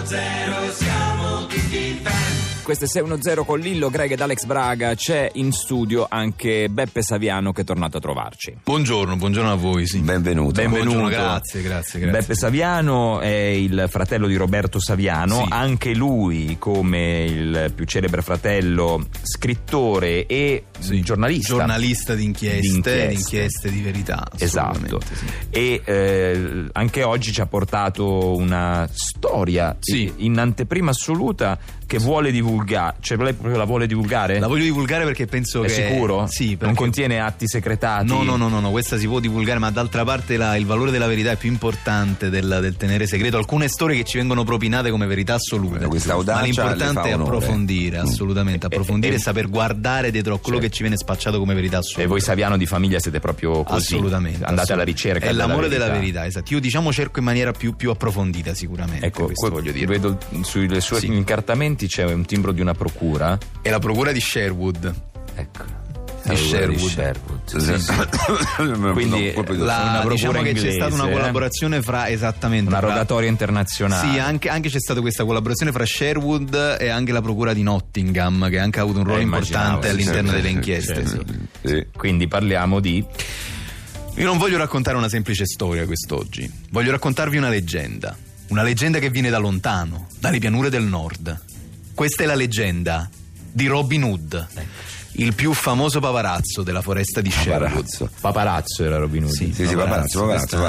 610 siamo tutti fan. Questo è 610 con Lillo, Greg ed Alex Braga. C'è in studio anche Beppe Saviano che è tornato a trovarci. Buongiorno a voi, sì. Benvenuto. Buongiorno, grazie. Beppe Saviano è il fratello di Roberto Saviano, Sì. Anche lui, come il più celebre fratello, scrittore e giornalista. Giornalista di inchieste di verità. Esatto. Sì. E anche oggi ci ha portato una storia in anteprima assoluta che vuole divulgare. Cioè lei proprio la vuole divulgare? La voglio divulgare perché penso È che... sicuro? Sì, perché... Non contiene atti segretati? No, questa si può divulgare, ma d'altra parte il valore della verità è più importante del tenere segreto alcune storie che ci vengono propinate come verità assolute. Questa audacia ma l'importante è approfondire, assolutamente, approfondire e saper guardare dietro a quello che ci viene spacciato come verità assoluta. E voi Saviano di famiglia siete proprio così? Assolutamente. Andate alla ricerca è l'amore della verità, esatto. Io cerco in maniera più approfondita sicuramente. Ecco, questo voglio dire. Vedo sui suoi incartamenti c'è un timbro di una procura. È la procura di Sherwood. Ecco. Di Sherwood. Quindi diciamo che c'è stata una collaborazione fra una rogatoria internazionale. Sì, anche c'è stata questa collaborazione fra Sherwood e anche la procura di Nottingham, che anche ha avuto un ruolo importante all'interno delle inchieste. Sì. Quindi parliamo di... Io non voglio raccontare una semplice storia quest'oggi, voglio raccontarvi una leggenda che viene da lontano, dalle pianure del nord. Questa è la leggenda di Robin Hood, il più famoso paparazzo della foresta di Sherwood. Paparazzo era Robin Hood. Sì, paparazzo.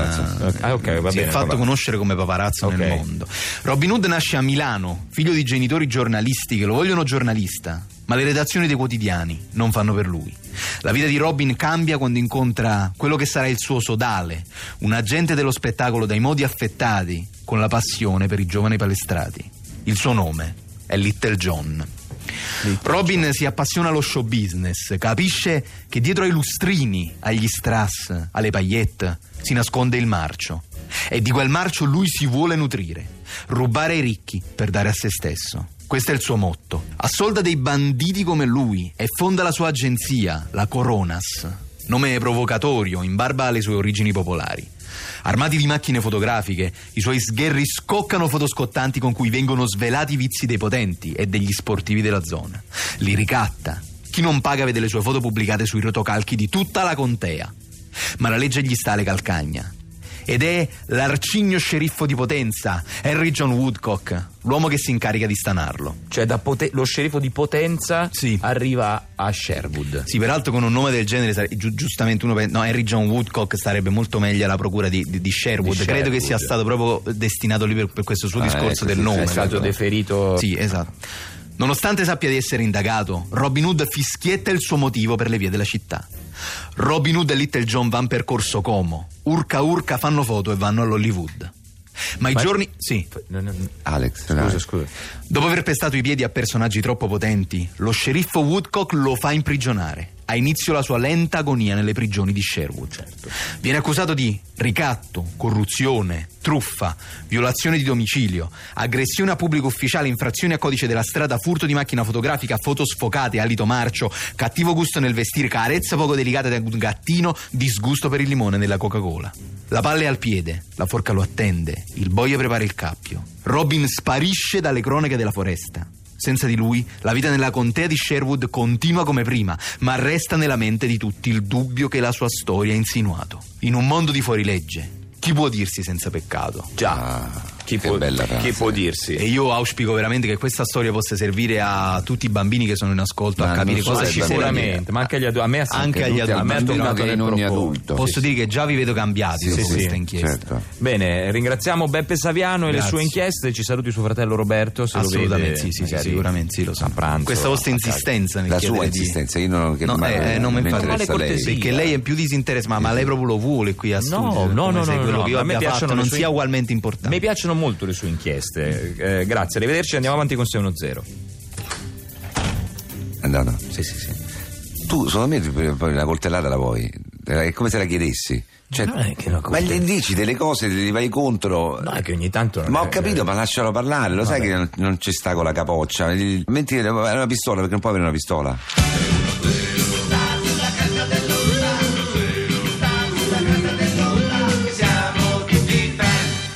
Ok, va si bene. è fatto conoscere come paparazzo nel mondo. Robin Hood nasce a Milano, figlio di genitori giornalisti che lo vogliono giornalista, ma le redazioni dei quotidiani non fanno per lui. La vita di Robin cambia quando incontra quello che sarà il suo sodale, un agente dello spettacolo dai modi affettati, con la passione per i giovani palestrati. Il suo nome è Little John. Robin si appassiona allo show business, capisce che dietro ai lustrini, agli strass, alle paillette si nasconde il marcio, e di quel marcio lui si vuole nutrire, rubare ai ricchi per dare a se stesso. Questo è il suo motto. Assolda dei banditi come lui e fonda la sua agenzia, la Coronas, nome provocatorio in barba alle sue origini popolari. Armati di macchine fotografiche, i suoi sgherri scoccano fotoscottanti con cui vengono svelati i vizi dei potenti e degli sportivi della zona. Li ricatta. Chi non paga vede le sue foto pubblicate sui rotocalchi di tutta la contea. Ma la legge gli sta alle calcagna. Ed è l'arcigno sceriffo di Potenza, Henry John Woodcock, l'uomo che si incarica di stanarlo. Cioè lo sceriffo di Potenza arriva a Sherwood. Sì, peraltro con un nome del genere giustamente uno pensa, no, Henry John Woodcock starebbe molto meglio alla procura di Sherwood. Credo che sia stato proprio destinato lì per questo suo discorso del nome. È stato deferito. Sì, esatto. Nonostante sappia di essere indagato, Robin Hood fischietta il suo motivo per le vie della città. Robin Hood e Little John vanno per Corso Como, urca fanno foto e vanno all'Hollywood. Ma i giorni... Sì. Alex, scusa. Dopo aver pestato i piedi a personaggi troppo potenti, lo sceriffo Woodcock lo fa imprigionare. Ha inizio la sua lenta agonia nelle prigioni di Sherwood. Viene accusato di ricatto, corruzione, truffa, violazione di domicilio, aggressione a pubblico ufficiale, infrazioni a codice della strada, furto di macchina fotografica, foto sfocate, alito marcio, cattivo gusto nel vestire, carezza poco delicata da un gattino, disgusto per il limone nella Coca-Cola. La palla è al piede, la forca lo attende, il boia prepara il cappio. Robin sparisce dalle cronache della foresta. Senza di lui, la vita nella contea di Sherwood continua come prima, ma resta nella mente di tutti il dubbio che la sua storia ha insinuato. In un mondo di fuorilegge, chi può dirsi senza peccato? Già. Chi può dirsi? E io auspico veramente che questa storia possa servire a tutti i bambini che sono in ascolto a capire cosa ci sicuramente, ma anche agli adulti. Anche agli adulti. A me ha toccato nel ogni profondo. adulto. Posso dire che già vi vedo cambiati dopo questa inchiesta. Certo. Bene, ringraziamo Beppe Saviano e le sue inchieste. Ci saluti suo fratello Roberto, se assolutamente lo vede, sì, sicuramente sì, lo so. A pranzo, questa vostra insistenza nel la chiedere sua insistenza, io non mi interessa lei, perché lei è più disinteressata, ma lei proprio lo vuole qui a studio. No, quello che io abbia fatto non sia ugualmente importante. Mi piacciono molto le sue inchieste. Grazie, arrivederci, andiamo avanti con 610. Andato. Sì. Tu secondo me poi una coltellata la vuoi, è come se la chiedessi. Cioè, ma gli dici delle cose, gli vai contro. No, è che ogni tanto. Ma ho capito, ma lascialo parlare, lo sai che non ci sta con la capoccia. Metti una pistola, perché non può avere una pistola.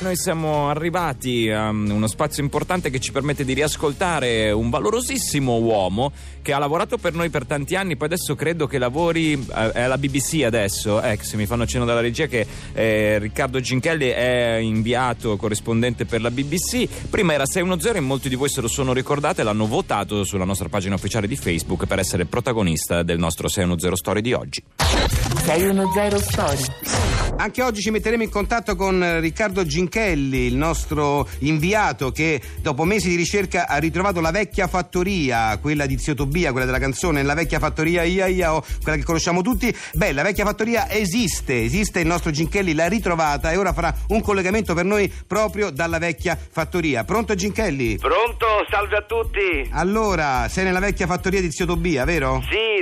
noi siamo arrivati a uno spazio importante che ci permette di riascoltare un valorosissimo uomo che ha lavorato per noi per tanti anni, poi adesso credo che lavori alla BBC adesso, se mi fanno cenno dalla regia che Riccardo Ginchelli è inviato corrispondente per la BBC, prima era 610 e molti di voi se lo sono ricordate, l'hanno votato sulla nostra pagina ufficiale di Facebook per essere protagonista del nostro 610 Story di oggi. 610 Story. Anche oggi ci metteremo in contatto con Riccardo Ginchelli, il nostro inviato che dopo mesi di ricerca ha ritrovato la vecchia fattoria, quella di Zio Tobia, quella della canzone La vecchia fattoria quella che conosciamo tutti. Beh, la vecchia fattoria esiste, il nostro Ginchelli l'ha ritrovata e ora farà un collegamento per noi proprio dalla vecchia fattoria. Pronto Ginchelli? Pronto, salve a tutti. Allora, sei nella vecchia fattoria di Zio Tobia, vero? Sì,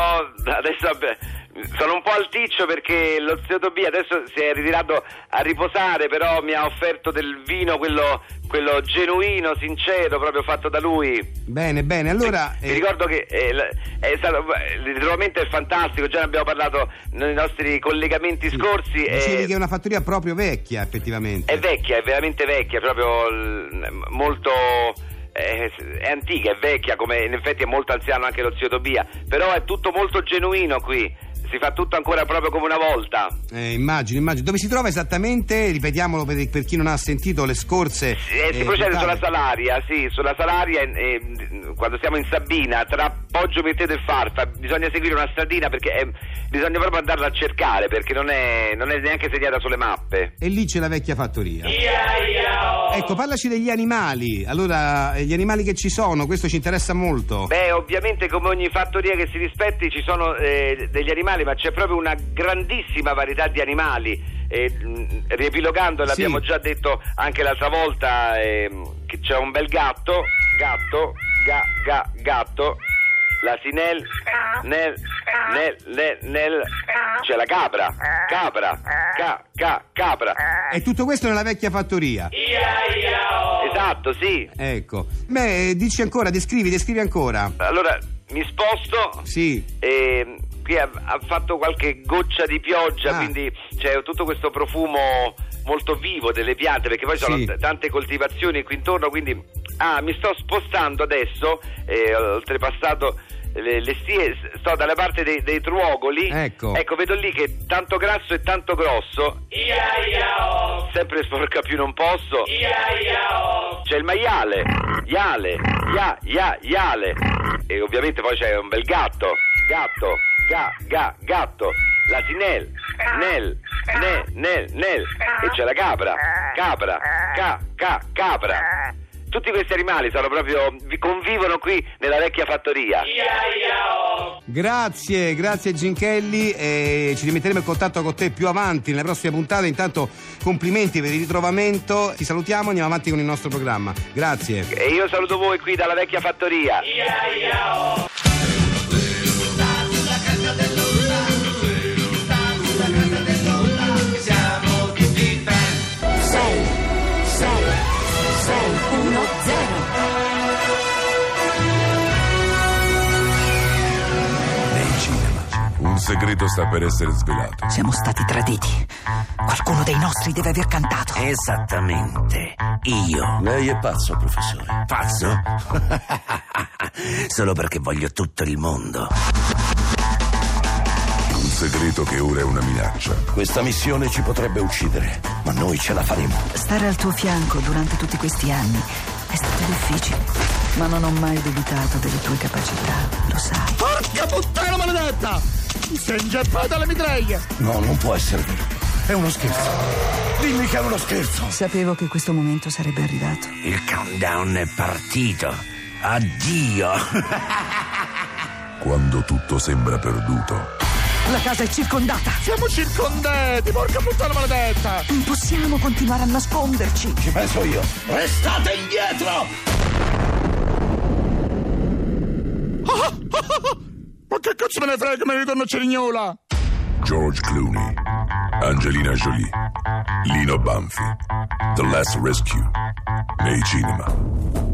sono un po' alticcio perché lo Zio Tobia adesso si è ritirato a riposare, però mi ha offerto del vino, quello genuino, sincero, proprio fatto da lui. Bene, allora... Vi ricordo che è stato, il ritrovamento è fantastico, già ne abbiamo parlato nei nostri collegamenti scorsi. Dicevi che è una fattoria proprio vecchia, effettivamente. È vecchia, è veramente vecchia, proprio molto... è antica, è vecchia, come in effetti è molto anziano anche lo Zio Tobia, però è tutto molto genuino qui. Si fa tutto ancora proprio come una volta. Immagino. Dove si trova esattamente? Ripetiamolo per chi non ha sentito le scorse. Si procede sulla Salaria, quando siamo in Sabina, tra Poggio Metteto e Farfa, bisogna seguire una stradina perché bisogna proprio andarla a cercare perché non è neanche segnata sulle mappe. E lì c'è la vecchia fattoria. Ecco, parlaci degli animali. Allora, gli animali che ci sono, questo ci interessa molto. Beh, ovviamente come ogni fattoria che si rispetti ci sono degli animali, ma c'è proprio una grandissima varietà di animali. Riepilogando, l'abbiamo già detto anche l'altra volta, che c'è un bel gatto, l'asinel, c'è la capra. E tutto questo nella vecchia fattoria. Esatto, sì. Ecco. Beh, dici ancora, descrivi ancora. Allora, mi sposto. Sì. Qui ha fatto qualche goccia di pioggia, quindi c'è tutto questo profumo molto vivo delle piante, perché poi sono tante coltivazioni qui intorno, quindi mi sto spostando adesso, ho oltrepassato le stie, sto dalla parte dei truogoli. Ecco, vedo lì che tanto grasso e tanto grosso. Sempre sporca più non posso. C'è il maiale, iale. E ovviamente poi c'è un bel gatto, l'asinel, nel, e c'è la capra. Tutti questi animali convivono qui nella vecchia fattoria. Grazie Ginchelli, ci rimetteremo in contatto con te più avanti nelle prossime puntate. Intanto complimenti per il ritrovamento, ti salutiamo, andiamo avanti con il nostro programma. Grazie. E io saluto voi qui dalla vecchia fattoria. Siamo tutti fan. 610. Nei cinema, un segreto sta per essere svelato. Siamo stati traditi. Qualcuno dei nostri deve aver cantato. Esattamente. Io. Lei è pazzo, professore. Pazzo? Solo perché voglio tutto il mondo. Un segreto che ora è una minaccia. Questa missione ci potrebbe uccidere, ma noi ce la faremo. Stare al tuo fianco durante tutti questi anni è stato difficile, ma non ho mai dubitato delle tue capacità, lo sai. Porca puttana maledetta! Mi sei inceppata le mitraglie! No, non può essere vero. È uno scherzo. Dimmi che è uno scherzo. Sapevo che questo momento sarebbe arrivato. Il countdown è partito. Addio. Quando tutto sembra perduto. La casa è circondata. Siamo circondati, porca puttana maledetta! Non possiamo continuare a nasconderci. Ci penso io. Restate indietro! Ma che cazzo me ne frega, me ne ritorno a Cerignola? George Clooney, Angelina Jolie, Lino Banfi, The Last Rescue, nei cinema.